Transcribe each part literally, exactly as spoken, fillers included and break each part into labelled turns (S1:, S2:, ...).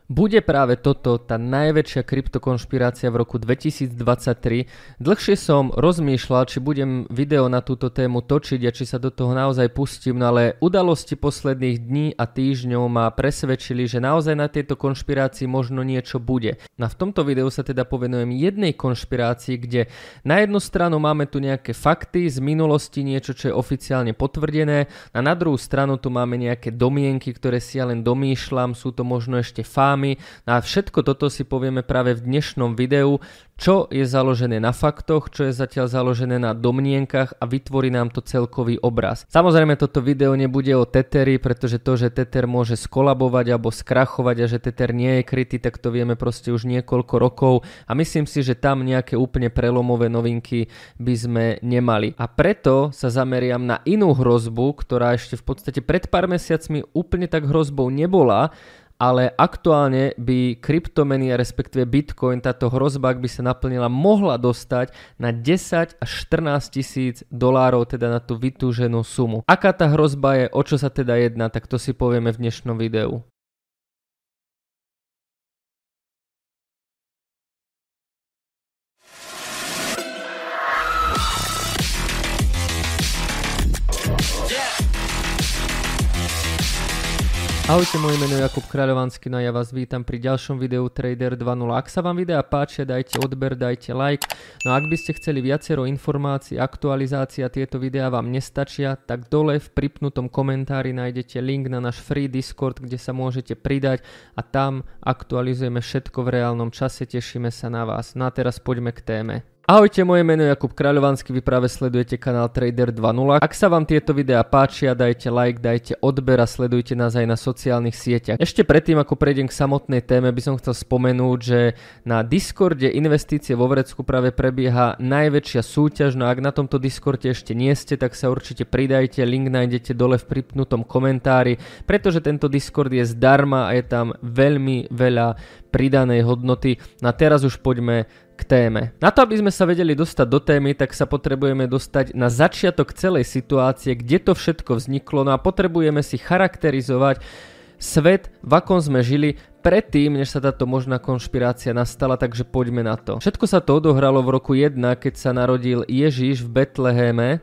S1: Bude práve toto tá najväčšia kryptokonšpirácia v roku dvetisícdvadsaťtri? Dlhšie som rozmýšľal, či budem video na túto tému točiť a či sa do toho naozaj pustím, no ale udalosti posledných dní a týždňov ma presvedčili, že naozaj na tejto konšpirácii možno niečo bude. No v tomto videu sa teda povenujem jednej konšpirácii, kde na jednu stranu máme tu nejaké fakty z minulosti, niečo, čo je oficiálne potvrdené, a na druhú stranu tu máme nejaké domienky, ktoré si ja len domýšľam, sú to možno ešte fámy. A všetko toto si povieme práve v dnešnom videu, čo je založené na faktoch, čo je zatiaľ založené na domnienkach a vytvorí nám to celkový obraz. Samozrejme toto video nebude o Tetheri, pretože to, že Tether môže skolabovať alebo skrachovať a že Tether nie je krytý, tak to vieme proste už niekoľko rokov a myslím si, že tam nejaké úplne prelomové novinky by sme nemali. A preto sa zameriam na inú hrozbu, ktorá ešte v podstate pred pár mesiacmi úplne tak hrozbou nebola, ale aktuálne by kryptomeny, respektíve Bitcoin, táto hrozba, ak by sa naplnila, mohla dostať na desať až štrnásť tisíc dolárov, teda na tú vytúženú sumu. Aká tá hrozba je, o čo sa teda jedná, tak to si povieme v dnešnom videu. Ahojte, moje meno je Jakub Kráľovanský, no a ja vás vítam pri ďalšom videu Trader dva nula. Ak sa vám videa páčia, dajte odber, dajte like. No a ak by ste chceli viacero informácií, aktualizácií a tieto videá vám nestačia, tak dole v pripnutom komentári nájdete link na náš free Discord, kde sa môžete pridať a tam aktualizujeme všetko v reálnom čase, tešíme sa na vás. No a teraz poďme k téme. Ahojte, moje meno je Jakub Kráľovanský, vy práve sledujete kanál Trader dva nula. Ak sa vám tieto videá páčia, dajte like, dajte odber a sledujte nás aj na sociálnych sieťach. Ešte predtým, ako prejdem k samotnej téme, by som chcel spomenúť, že na Discorde Investície vo vrecku práve prebieha najväčšia súťaž, no ak na tomto Discorde ešte nie ste, tak sa určite pridajte, link nájdete dole v pripnutom komentári, pretože tento Discord je zdarma a je tam veľmi veľa pridanej hodnoty. No a teraz už poďme k téme. Na to, aby sme sa vedeli dostať do témy, tak sa potrebujeme dostať na začiatok celej situácie, kde to všetko vzniklo, no a potrebujeme si charakterizovať svet, v akom sme žili predtým, než sa táto možná konšpirácia nastala, takže poďme na to. Všetko sa to odohralo v roku jeden, keď sa narodil Ježiš v Betleheme.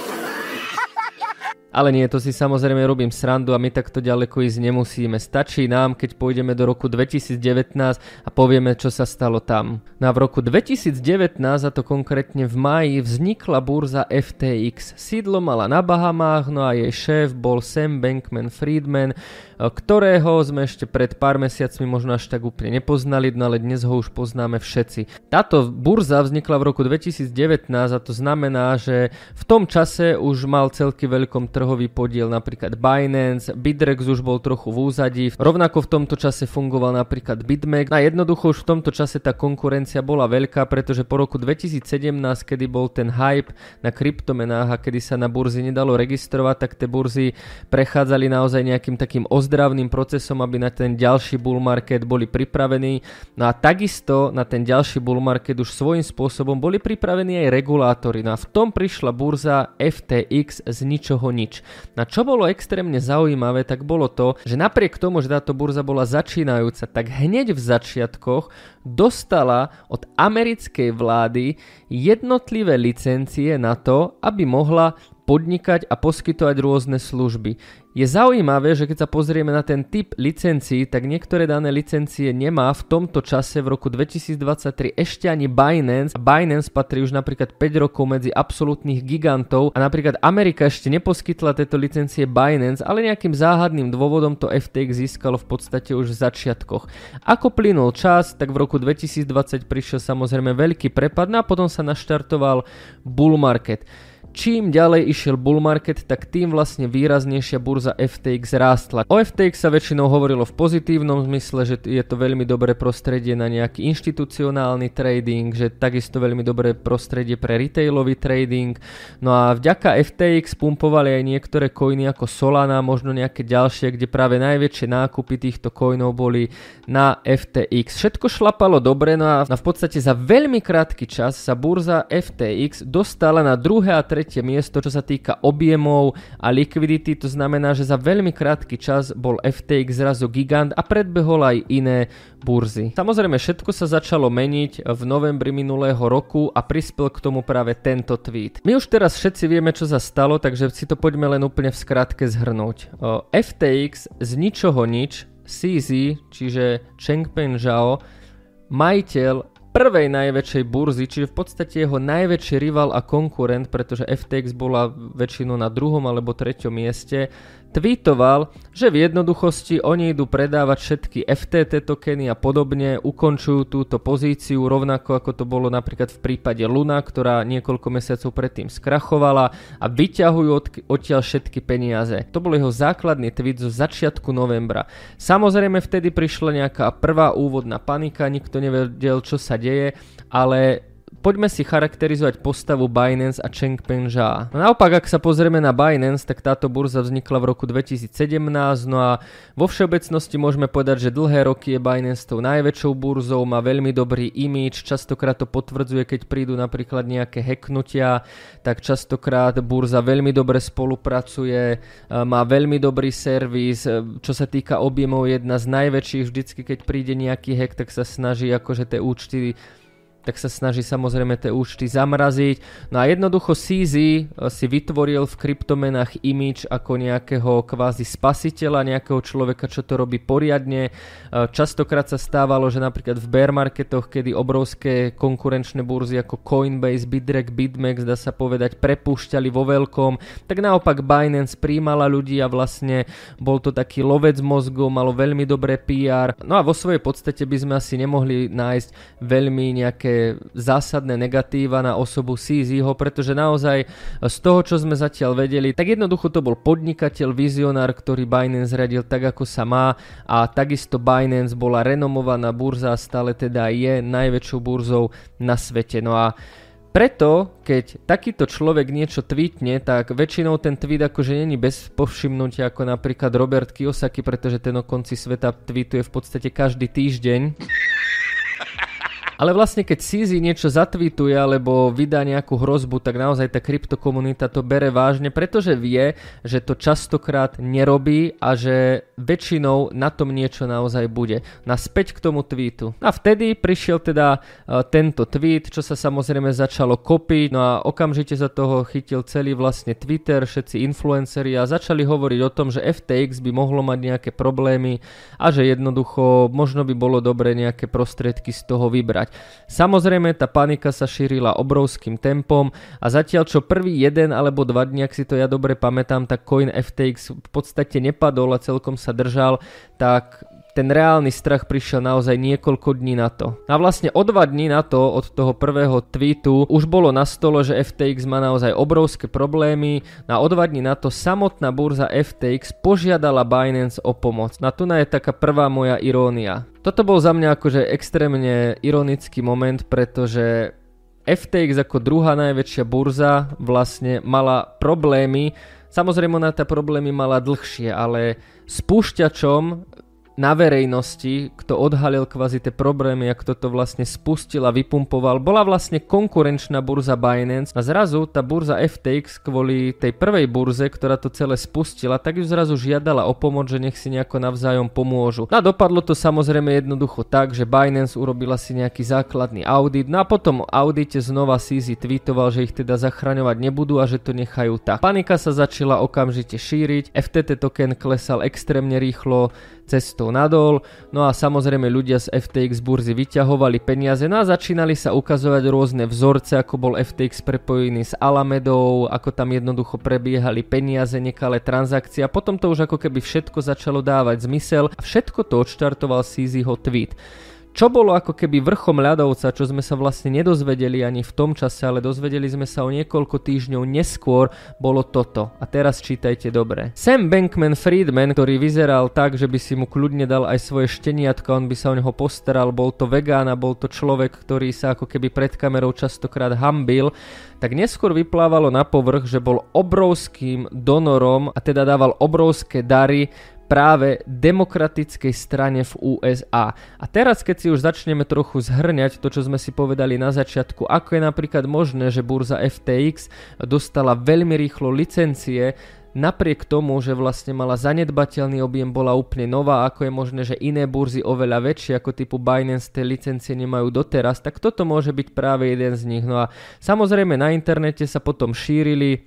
S1: Ale nie, to si samozrejme robím srandu a my takto ďaleko ísť nemusíme. Stačí nám, keď pôjdeme do roku dvetisícdevätnásť a povieme, čo sa stalo tam. No a v roku dvetisícdevätnásť, a to konkrétne v máji, vznikla burza ef té iks. Sídlo mala na Bahamách, no a jej šéf bol Sam Bankman-Friedman, ktorého sme ešte pred pár mesiacmi možno až tak úplne nepoznali, no ale dnes ho už poznáme všetci. Táto burza vznikla v roku dvetisícdevätnásť a to znamená, že v tom čase už mal celky veľkom trhový podiel napríklad Binance, Bittrex už bol trochu v úzadí, rovnako v tomto čase fungoval napríklad BitMEX a jednoducho už v tomto čase tá konkurencia bola veľká, pretože po roku dvetisícsedemnásť, kedy bol ten hype na kryptomenách a kedy sa na burzy nedalo registrovať, tak tie burzy prechádzali naozaj nejakým takým ozdravným procesom, aby na ten ďalší bull market boli pripravení. No a takisto na ten ďalší bull market už svojím spôsobom boli pripravení aj regulátori. No a v tom prišla burza ef té iks z ničoho nič. Na čo bolo extrémne zaujímavé, tak bolo to, že napriek tomu, že táto burza bola začínajúca, tak hneď v začiatkoch dostala od americkej vlády jednotlivé licencie na to, aby mohla podnikať a poskytovať rôzne služby. Je zaujímavé, že keď sa pozrieme na ten typ licencií, tak niektoré dané licencie nemá v tomto čase v roku dvetisícdvadsaťtri ešte ani Binance. A Binance patrí už napríklad päť rokov medzi absolútnych gigantov a napríklad Amerika ešte neposkytla tieto licencie Binance, ale nejakým záhadným dôvodom to ef té iks získalo v podstate už v začiatkoch. Ako plynul čas, tak v roku dvetisícdvadsať prišiel samozrejme veľký prepad, no a potom sa naštartoval bull market. Čím ďalej išiel bull market, tak tým vlastne výraznejšia burza ef té iks rástla. O ef té iks sa väčšinou hovorilo v pozitívnom zmysle, že je to veľmi dobré prostredie na nejaký inštitucionálny trading, že takisto veľmi dobré prostredie pre retailový trading. No a vďaka ef té iks pumpovali aj niektoré coiny ako Solana, možno nejaké ďalšie, kde práve najväčšie nákupy týchto coinov boli na ef té iks. Všetko šlapalo dobre, no a v podstate za veľmi krátky čas sa burza ef té iks dostala na druhé a tretie tretie miesto, čo sa týka objemov a likvidity, to znamená, že za veľmi krátky čas bol ef té iks zrazu gigant a predbehol aj iné burzy. Samozrejme, všetko sa začalo meniť v novembri minulého roku a prispel k tomu práve tento tweet. My už teraz všetci vieme, čo sa stalo, takže si to poďme len úplne v skratke zhrnúť. ef té iks z ničoho nič, cé zet, čiže Changpeng Zhao, majiteľ prvej najväčšej burzy, čiže v podstate jeho najväčší rival a konkurent, pretože ef té iks bola väčšinou na druhom alebo treťom mieste, tweetoval, že v jednoduchosti oni idú predávať všetky ef té té tokeny a podobne, ukončujú túto pozíciu, rovnako ako to bolo napríklad v prípade Luna, ktorá niekoľko mesiacov predtým skrachovala, a vyťahujú od, odtiaľ všetky peniaze. To bol jeho základný tweet zo začiatku novembra. Samozrejme vtedy prišla nejaká prvá úvodná panika, nikto nevedel, čo sa deje, ale poďme si charakterizovať postavu Binance a Changpeng Zhao. No naopak, ak sa pozrieme na Binance, tak táto burza vznikla v roku dvetisícsedemnásť, no a vo všeobecnosti môžeme povedať, že dlhé roky je Binance tou najväčšou burzou, má veľmi dobrý imidž, častokrát to potvrdzuje, keď prídu napríklad nejaké hacknutia, tak častokrát burza veľmi dobre spolupracuje, má veľmi dobrý servis, čo sa týka objemov, jedna z najväčších, vždycky keď príde nejaký hack, tak sa snaží akože tie účty tak sa snaží samozrejme tie účty zamraziť. No a jednoducho cé zet si vytvoril v kryptomenách imidž ako nejakého kvázi spasiteľa, nejakého človeka, čo to robí poriadne. Častokrát sa stávalo, že napríklad v bear marketoch, kedy obrovské konkurenčné burzy ako Coinbase, Bittrex, BitMEX, dá sa povedať, prepúšťali vo veľkom, tak naopak Binance prijímala ľudí a vlastne bol to taký lovec mozgov, malo veľmi dobré pé er. No a vo svojej podstate by sme asi nemohli nájsť veľmi nejaké zásadné negatíva na osobu cé zet, pretože naozaj z toho, čo sme zatiaľ vedeli, tak jednoducho to bol podnikateľ, vizionár, ktorý Binance riadil tak, ako sa má, a takisto Binance bola renomovaná burza, stále teda je najväčšou burzou na svete. No a preto, keď takýto človek niečo tweetne, tak väčšinou ten tweet akože není bez povšimnutia, ako napríklad Robert Kiyosaki, pretože ten o konci sveta tweetuje v podstate každý týždeň. Ale vlastne keď cé zet niečo zatweetuje alebo vydá nejakú hrozbu, tak naozaj tá kryptokomunita to bere vážne, pretože vie, že to častokrát nerobí a že väčšinou na tom niečo naozaj bude. Naspäť k tomu tweetu. A vtedy prišiel teda uh, tento tweet, čo sa samozrejme začalo kopiť, no a okamžite za toho chytil celý vlastne Twitter, všetci influenceri, a začali hovoriť o tom, že ef té iks by mohlo mať nejaké problémy a že jednoducho možno by bolo dobre nejaké prostriedky z toho vybrať. Samozrejme, tá panika sa šírila obrovským tempom a zatiaľ čo prvý jeden alebo dva dni, ak si to ja dobre pamätám, tak coin ef té iks v podstate nepadol a celkom sa držal, tak ten reálny strach prišiel naozaj niekoľko dní na to. A vlastne o dva dní na to, od toho prvého tweetu, už bolo na stole, že ef té iks má naozaj obrovské problémy, a o dva dní na to samotná burza ef té iks požiadala Binance o pomoc. Na tu je taká prvá moja irónia. Toto bol za mňa akože extrémne ironický moment, pretože ef té iks ako druhá najväčšia burza vlastne mala problémy. Samozrejme ona tá problémy mala dlhšie, ale spúšťačom na verejnosti, kto odhalil kvázi tie problémy a kto to vlastne spustil a vypumpoval, bola vlastne konkurenčná burza Binance, a zrazu tá burza ef té iks kvôli tej prvej burze, ktorá to celé spustila, tak ju zrazu žiadala o pomoc, že nech si nejako navzájom pomôžu. No a dopadlo to samozrejme jednoducho tak, že Binance urobila si nejaký základný audit, no a potom v audite znova cé zet tweetoval, že ich teda zachraňovať nebudú a že to nechajú tak. Panika sa začala okamžite šíriť, ef té té token klesal extrémne rýchlo cestou nadol, no a samozrejme ľudia z ef té iks burzy vyťahovali peniaze, no a začínali sa ukazovať rôzne vzorce, ako bol ef té iks prepojený s Alamedou, ako tam jednoducho prebiehali peniaze, nekalé transakcie, a potom to už ako keby všetko začalo dávať zmysel a všetko to odštartoval cé zetho tweet. Čo bolo ako keby vrchom ľadovca, čo sme sa vlastne nedozvedeli ani v tom čase, ale dozvedeli sme sa o niekoľko týždňov neskôr, bolo toto. A teraz čítajte dobre. Sam Bankman-Friedman, ktorý vyzeral tak, že by si mu kľudne dal aj svoje šteniatka, on by sa o neho postaral, bol to vegán a bol to človek, ktorý sa ako keby pred kamerou častokrát hanbil, tak neskôr vyplávalo na povrch, že bol obrovským donorom a teda dával obrovské dary práve demokratickej strane v ú es á. A teraz, keď si už začneme trochu zhrňať to, čo sme si povedali na začiatku, ako je napríklad možné, že burza ef té iks dostala veľmi rýchlo licencie, napriek tomu, že vlastne mala zanedbateľný objem, bola úplne nová, ako je možné, že iné burzy oveľa väčšie ako typu Binance tie licencie nemajú doteraz, tak toto môže byť práve jeden z nich. No a samozrejme na internete sa potom šírili,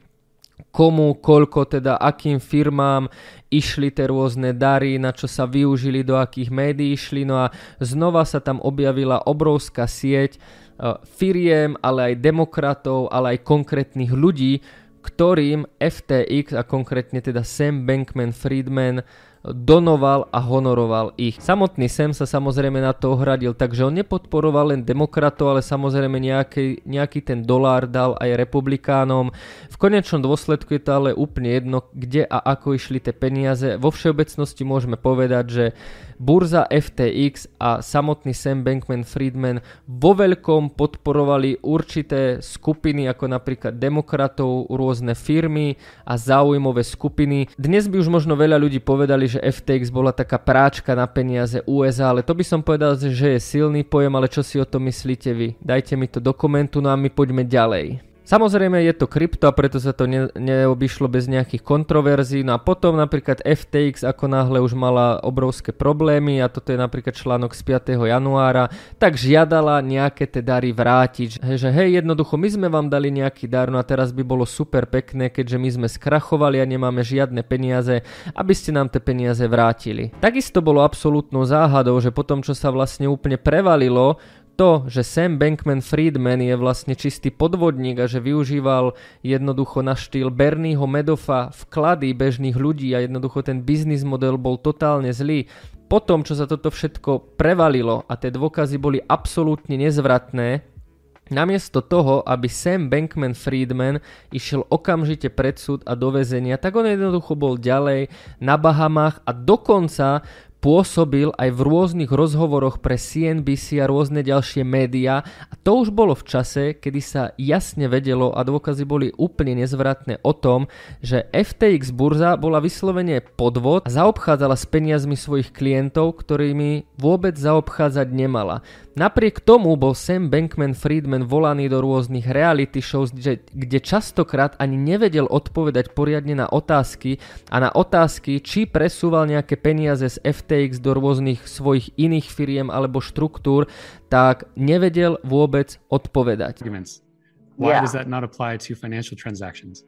S1: komu, koľko, teda akým firmám išli tie rôzne dary, na čo sa využili, do akých médií išli. No a znova sa tam objavila obrovská sieť uh, firiem, ale aj demokratov, ale aj konkrétnych ľudí, ktorým ef té iks a konkrétne teda Sam Bankman-Friedman donoval a honoroval ich. Samotný Sam sa samozrejme na to ohradil, takže on nepodporoval len demokratov, ale samozrejme nejaký, nejaký ten dolár dal aj republikánom. V konečnom dôsledku je to ale úplne jedno, kde a ako išli tie peniaze. Vo všeobecnosti môžeme povedať, že burza ef té iks a samotný Sam Bankman-Friedman vo veľkom podporovali určité skupiny, ako napríklad demokratov, rôzne firmy a záujmové skupiny. Dnes by už možno veľa ľudí povedali, že ef té iks bola taká práčka na peniaze ú es á, ale to by som povedal, že je silný pojem, ale čo si o tom myslíte vy? Dajte mi to do komentu, no a my poďme ďalej. Samozrejme je to krypto a preto sa to ne, neobyšlo bez nejakých kontroverzií. No a potom napríklad ef té iks ako náhle už mala obrovské problémy a toto je napríklad článok z piateho januára, tak žiadala nejaké tie dary vrátiť. Že hej, jednoducho my sme vám dali nejaký dar, no a teraz by bolo super pekné, keďže my sme skrachovali a nemáme žiadne peniaze, aby ste nám tie peniaze vrátili. Takisto bolo absolútnou záhadou, že potom čo sa vlastne úplne prevalilo to, že Sam Bankman-Friedman je vlastne čistý podvodník a že využíval jednoducho na štýl Bernieho Madoffa vklady bežných ľudí a jednoducho ten biznis model bol totálne zlý. Potom, čo sa toto všetko prevalilo a tie dôkazy boli absolútne nezvratné, namiesto toho, aby Sam Bankman-Friedman išiel okamžite pred súd a do väzenia, tak on jednoducho bol ďalej na Bahamách a dokonca pôsobil aj v rôznych rozhovoroch pre C N B C a rôzne ďalšie médiá a to už bolo v čase, kedy sa jasne vedelo a dôkazy boli úplne nezvratné o tom, že ef té iks burza bola vyslovene podvod a zaobchádzala s peniazmi svojich klientov, ktorými vôbec zaobchádzať nemala. Napriek tomu bol Sam Bankman-Friedman volaný do rôznych reality shows, kde, kde častokrát ani nevedel odpovedať poriadne na otázky a na otázky, či presúval nejaké peniaze z ef té iks do rôznych svojich iných firiem alebo štruktúr, tak nevedel vôbec odpovedať.
S2: Why yeah. does that not apply to financial transactions?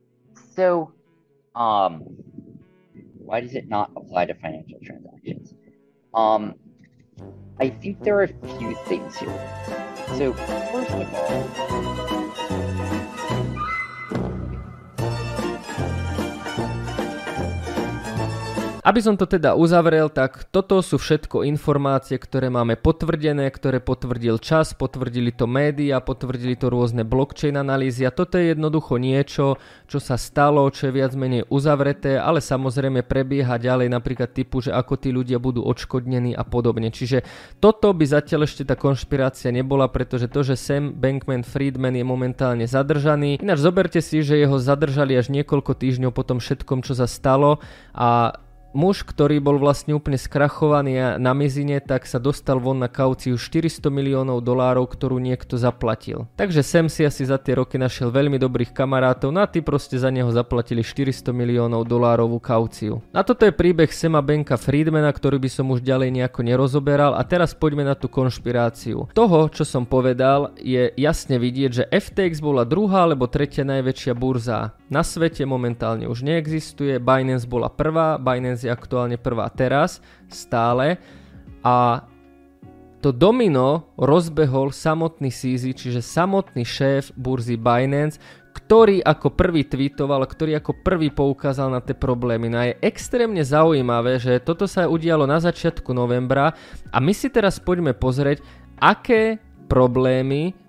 S3: So, um, why does it not apply to financial transactions? Um, I think there are a few things here. So, first of all,
S1: aby som to teda uzavrel, tak toto sú všetko informácie, ktoré máme potvrdené, ktoré potvrdil čas, potvrdili to médiá, potvrdili to rôzne blockchain analýzy a toto je jednoducho niečo, čo sa stalo, čo je viac menej uzavreté, ale samozrejme prebieha ďalej napríklad typu, že ako tí ľudia budú odškodnení a podobne. Čiže toto by zatiaľ ešte tá konšpirácia nebola, pretože to, že Sam Bankman-Friedman je momentálne zadržaný. Ináč zoberte si, že jeho zadržali až niekoľko týždňov po tom všetkom, čo sa stalo a muž, ktorý bol vlastne úplne skrachovaný na mizine, tak sa dostal von na kauciu štyristo miliónov dolárov, ktorú niekto zaplatil. Takže Sam si asi za tie roky našiel veľmi dobrých kamarátov, no a tí proste za neho zaplatili štyristo miliónov dolárovú kauciu. A toto je príbeh Sama Banka-Friedmana, ktorý by som už ďalej nejako nerozoberal a teraz poďme na tú konšpiráciu. Toho, čo som povedal, je jasne vidieť, že ef té iks bola druhá alebo tretia najväčšia burza na svete, momentálne už neexistuje, Binance bola prvá, Binance je aktuálne prvá teraz, stále a to domino rozbehol samotný cé zet, čiže samotný šéf burzy Binance, ktorý ako prvý tweetoval, ktorý ako prvý poukázal na tie problémy. No a je extrémne zaujímavé, že toto sa udialo na začiatku novembra a my si teraz poďme pozrieť, aké problémy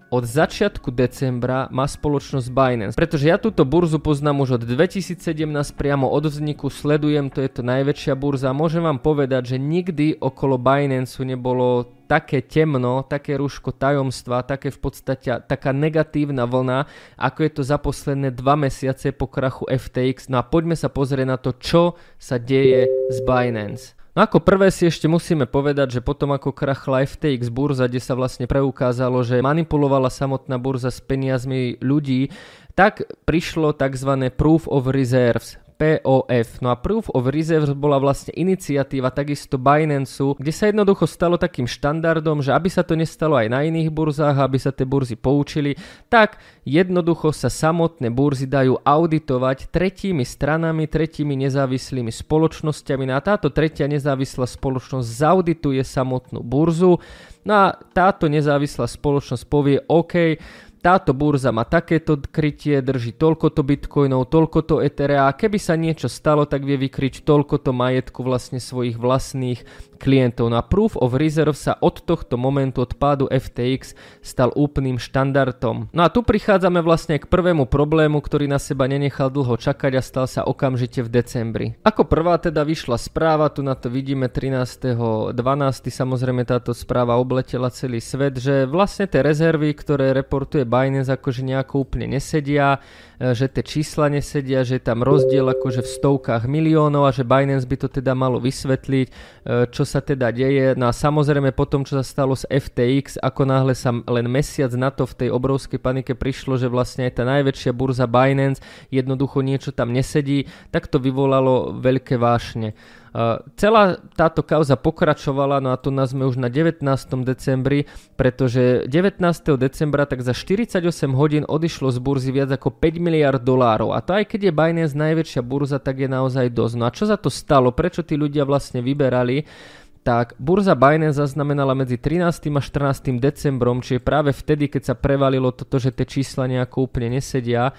S1: od začiatku decembra má spoločnosť Binance. Pretože ja túto burzu poznám už od dvetisícsedemnásť, priamo od vzniku, sledujem, to je to najväčšia burza. Môžem vám povedať, že nikdy okolo Binanceu nebolo také temno, také rúško tajomstva, také v podstate taká negatívna vlna, ako je to za posledné dva mesiace po krachu ef té iks. No a poďme sa pozrieť na to, čo sa deje z Binance. No ako prvé si ešte musíme povedať, že potom ako krachla ef té iks burza, kde sa vlastne preukázalo, že manipulovala samotná burza s peniazmi ľudí, tak prišlo tzv. Proof of Reserves, pé ó ef. No a Proof of Reserves bola vlastne iniciatíva takisto Binanceu, kde sa jednoducho stalo takým štandardom, že aby sa to nestalo aj na iných burzách, aby sa tie burzy poučili, tak jednoducho sa samotné burzy dajú auditovať tretími stranami, tretími nezávislými spoločnosťami. No a táto tretia nezávislá spoločnosť zaudituje samotnú burzu. No a táto nezávislá spoločnosť povie OK, táto burza má takéto krytie, drží toľkoto bitcoinov, toľkoto etherea, keby sa niečo stalo, tak vie vykryť toľkoto majetku vlastne svojich vlastných klientov. No a Proof of Reserve sa od tohto momentu, od pádu ef té iks, stal úplným štandardom. No a tu prichádzame vlastne k prvému problému, ktorý na seba nenechal dlho čakať a stal sa okamžite v decembri. Ako prvá teda vyšla správa, tu na to vidíme trinásteho decembra, samozrejme táto správa obletela celý svet, že vlastne tie rezervy, ktoré reportuje Binance, akože nejako úplne nesedia, že tie čísla nesedia, že je tam rozdiel akože v stovkách miliónov a že Binance by to teda malo vysvetliť, čo sa teda deje. No a samozrejme potom, čo sa stalo s ef té iks, ako náhle sa len mesiac na to v tej obrovskej panike prišlo, že vlastne aj tá najväčšia burza Binance jednoducho niečo tam nesedí, tak to vyvolalo veľké vášne. Uh, celá táto kauza pokračovala, no a to nás sme už na devätnásteho decembri, pretože devätnásteho decembra tak za štyridsaťosem hodín odišlo z burzy viac ako päť miliárd dolárov. A to aj keď je Binance najväčšia burza, tak je naozaj dosť. No a čo za to stalo? Prečo tí ľudia vlastne vyberali? Tak burza Binance zaznamenala medzi trinástym a štrnástym decembrom, čiže práve vtedy, keď sa prevalilo toto, že tie čísla nejako úplne nesedia,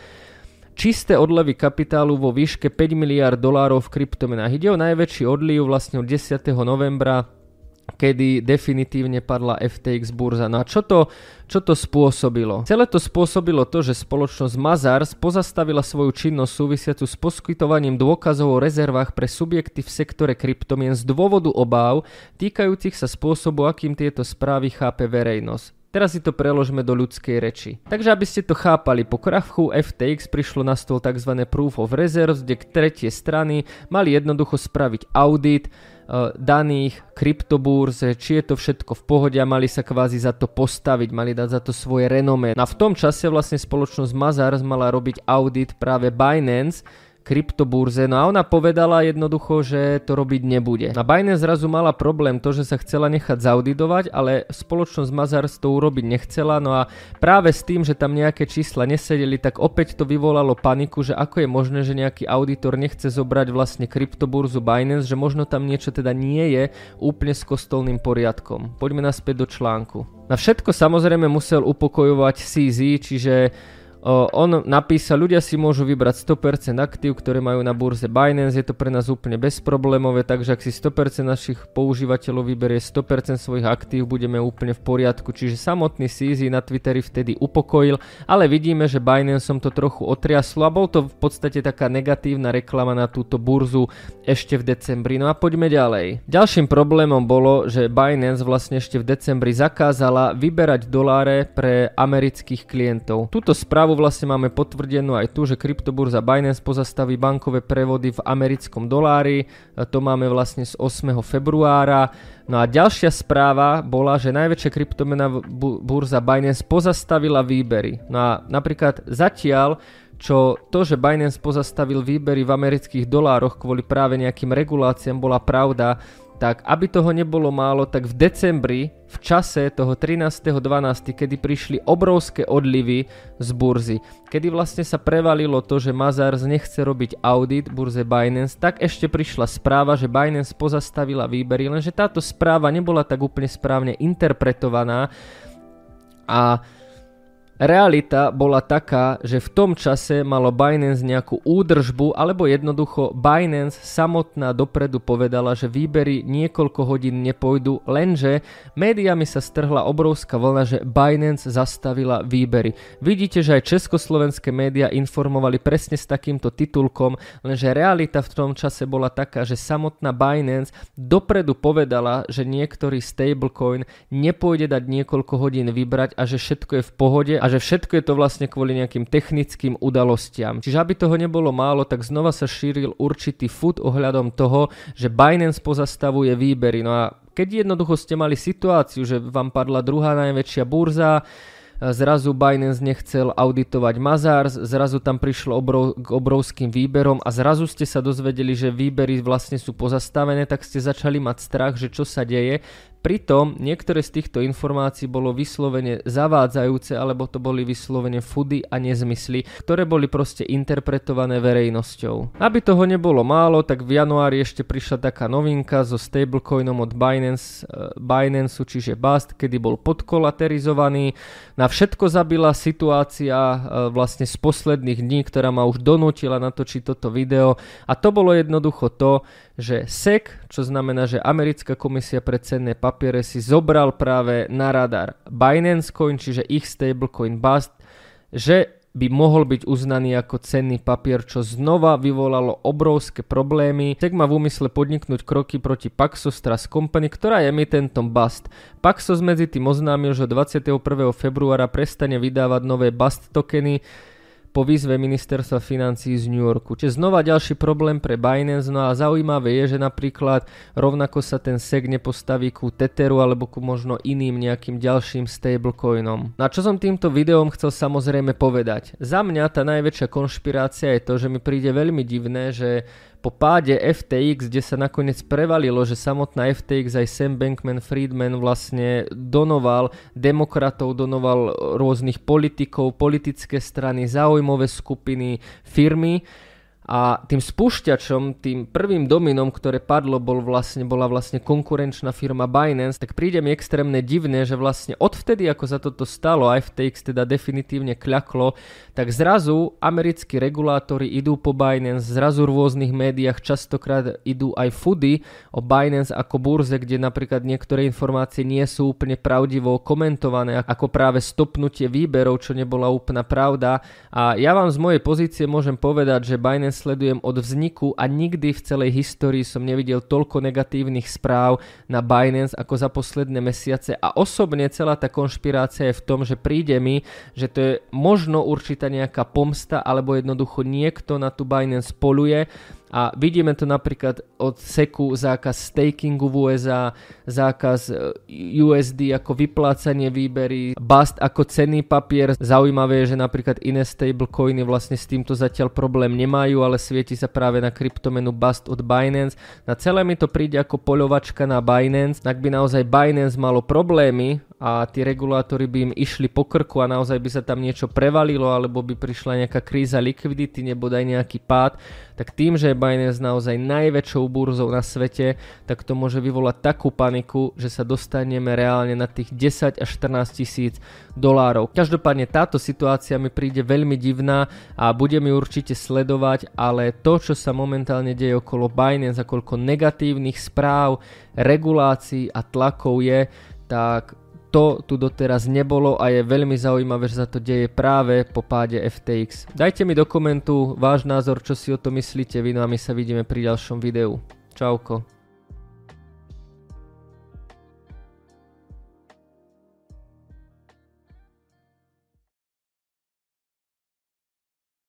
S1: čisté odlevy kapitálu vo výške päť miliárd dolárov v kryptomenách. Ide o najväčší odliv vlastne od desiateho novembra, kedy definitívne padla ef té iks burza. No a čo to, čo to spôsobilo? Celé to spôsobilo to, že spoločnosť Mazars pozastavila svoju činnosť súvisiacu s poskytovaním dôkazov o rezervách pre subjekty v sektore kryptomien z dôvodu obáv týkajúcich sa spôsobu, akým tieto správy chápe verejnosť. Teraz si to preložme do ľudskej reči. Takže aby ste to chápali, po krachu ef té iks prišlo na stôl tzv. Proof of Reserves, kde tretie strany mali jednoducho spraviť audit uh, daných kryptobúrz, či je to všetko v pohode a mali sa kvázi za to postaviť, mali dať za to svoje renomé. A v tom čase vlastne spoločnosť Mazars mala robiť audit práve Binance, kryptoburze, no a ona povedala jednoducho, že to robiť nebude. Na Binance zrazu mala problém to, že sa chcela nechať zaudidovať, ale spoločnosť Mazars to urobiť nechcela, no a práve s tým, že tam nejaké čísla nesedeli, tak opäť to vyvolalo paniku, že ako je možné, že nejaký auditor nechce zobrať vlastne kryptoburzu Binance, že možno tam niečo teda nie je úplne s kostolným poriadkom. Poďme naspäť do článku. Na všetko samozrejme musel upokojovať cé zet, čiže Uh, on napísal, ľudia si môžu vybrať sto percent aktív, ktoré majú na burze Binance, je to pre nás úplne bezproblémové, takže ak si sto percent našich používateľov vyberie sto percent svojich aktív, budeme úplne v poriadku. Čiže samotný cé zet na Twitteri vtedy upokojil, ale vidíme, že Binanceom to trochu otriaslo a bol to v podstate taká negatívna reklama na túto burzu ešte v decembri. No a poďme ďalej. Ďalším problémom bolo, že Binance vlastne ešte v decembri zakázala vyberať doláre pre amerických klientov. Túto správu vlastne máme potvrdenú aj tu, že kryptoburza Binance pozastaví bankové prevody v americkom dolári. To máme vlastne z ôsmeho februára. No a ďalšia správa bola, že najväčšia kryptomena burza Binance pozastavila výbery. No a napríklad zatiaľ, čo to, že Binance pozastavil výbery v amerických dolároch kvôli práve nejakým reguláciám, bola pravda, tak aby toho nebolo málo, tak v decembri, v čase toho trinásteho decembra, kedy prišli obrovské odlivy z burzy, kedy vlastne sa prevalilo to, že Mazars nechce robiť audit burze Binance, tak ešte prišla správa, že Binance pozastavila výbery, lenže táto správa nebola tak úplne správne interpretovaná a realita bola taká, že v tom čase malo Binance nejakú údržbu, alebo jednoducho Binance samotná dopredu povedala, že výbery niekoľko hodín nepôjdu, lenže médiami sa strhla obrovská vlna, že Binance zastavila výbery. Vidíte, že aj československé médiá informovali presne s takýmto titulkom, lenže realita v tom čase bola taká, že samotná Binance dopredu povedala, že niektorý stablecoin nepôjde dať niekoľko hodín vybrať a že všetko je v pohode a že všetko je to vlastne kvôli nejakým technickým udalostiam. Čiže aby toho nebolo málo, tak znova sa šíril určitý fut ohľadom toho, že Binance pozastavuje výbery. No a keď jednoducho ste mali situáciu, že vám padla druhá najväčšia burza, zrazu Binance nechcel auditovať Mazars, zrazu tam prišlo obrov, k obrovským výberom a zrazu ste sa dozvedeli, že výbery vlastne sú pozastavené, tak ste začali mať strach, že čo sa deje. Pritom niektoré z týchto informácií bolo vyslovene zavádzajúce, alebo to boli vyslovene fudy a nezmysly, ktoré boli proste interpretované verejnosťou. Aby toho nebolo málo, tak v januári ešte prišla taká novinka so stablecoinom od Binance, uh, Binance, čiže Bast, kedy bol podkolaterizovaný. Na všetko zabila situácia uh, vlastne z posledných dní, ktorá ma už donútila natočiť toto video, a to bolo jednoducho to, že es e c, čo znamená, že Americká komisia pre cenné papiere, si zobral práve na radar Binance Coin, čiže ich stablecoin Bast, že by mohol byť uznaný ako cenný papier, čo znova vyvolalo obrovské problémy. es e c má v úmysle podniknúť kroky proti Paxos Trust Company, ktorá je emitentom Bast. Paxos medzi tým oznámil, že dvadsiateho prvého februára prestane vydávať nové Bast tokeny po výzve ministerstva financií z New Yorku. Čiže znova ďalší problém pre Binance. No a zaujímavé je, že napríklad rovnako sa ten es e c nepostaví ku Tetheru alebo ku možno iným nejakým ďalším stablecoinom. No a čo som týmto videom chcel samozrejme povedať? Za mňa tá najväčšia konšpirácia je to, že mi príde veľmi divné, že po páde ef té iks, kde sa nakoniec prevalilo, že samotná ef té iks aj Sam Bankman-Friedman vlastne donoval demokratov, donoval rôznych politikov, politické strany, záujmové skupiny, firmy. A tým spúšťačom, tým prvým dominom, ktoré padlo, bol vlastne, bola vlastne konkurenčná firma Binance, tak príde mi extrémne divné, že vlastne odvtedy, ako sa toto stalo a ef té iks teda definitívne kľaklo, tak zrazu americkí regulátori idú po Binance, zrazu v rôznych médiách častokrát idú aj fudy o Binance ako burze, kde napríklad niektoré informácie nie sú úplne pravdivo komentované, ako práve stopnutie výberov, čo nebola úplná pravda. A ja vám z mojej pozície môžem povedať, že Binance sledujem od vzniku a nikdy v celej histórii som nevidel toľko negatívnych správ na Binance ako za posledné mesiace, a osobne celá tá konšpirácia je v tom, že príde mi, že to je možno určitá nejaká pomsta alebo jednoducho niekto na tú Binance poluje. A vidíme to napríklad od es e cé zákaz stakingu v ú es á, zákaz ú es dé ako vyplácanie výbery, Bast ako cenný papier. Zaujímavé je, že napríklad iné stablecoiny vlastne s týmto zatiaľ problém nemajú, ale svieti sa práve na kryptomenu Bast od Binance. Na celé mi to príde ako poľovačka na Binance. Ak by naozaj Binance malo problémy a tí regulátori by im išli po krku a naozaj by sa tam niečo prevalilo alebo by prišla nejaká kríza likvidity nebo aj nejaký pád, tak tým, že je Binance naozaj najväčšou burzou na svete, tak to môže vyvolať takú paniku, že sa dostaneme reálne na tých desať až štrnásť tisíc dolárov. Každopádne táto situácia mi príde veľmi divná a budem ju určite sledovať, ale to, čo sa momentálne deje okolo Binance a koľko negatívnych správ, regulácií a tlakov je, tak to tu doteraz nebolo a je veľmi zaujímavé, že sa to deje práve po páde ef té iks. Dajte mi do komentu váš názor, čo si o to myslíte vy, no a my sa vidíme pri ďalšom videu. Čauko.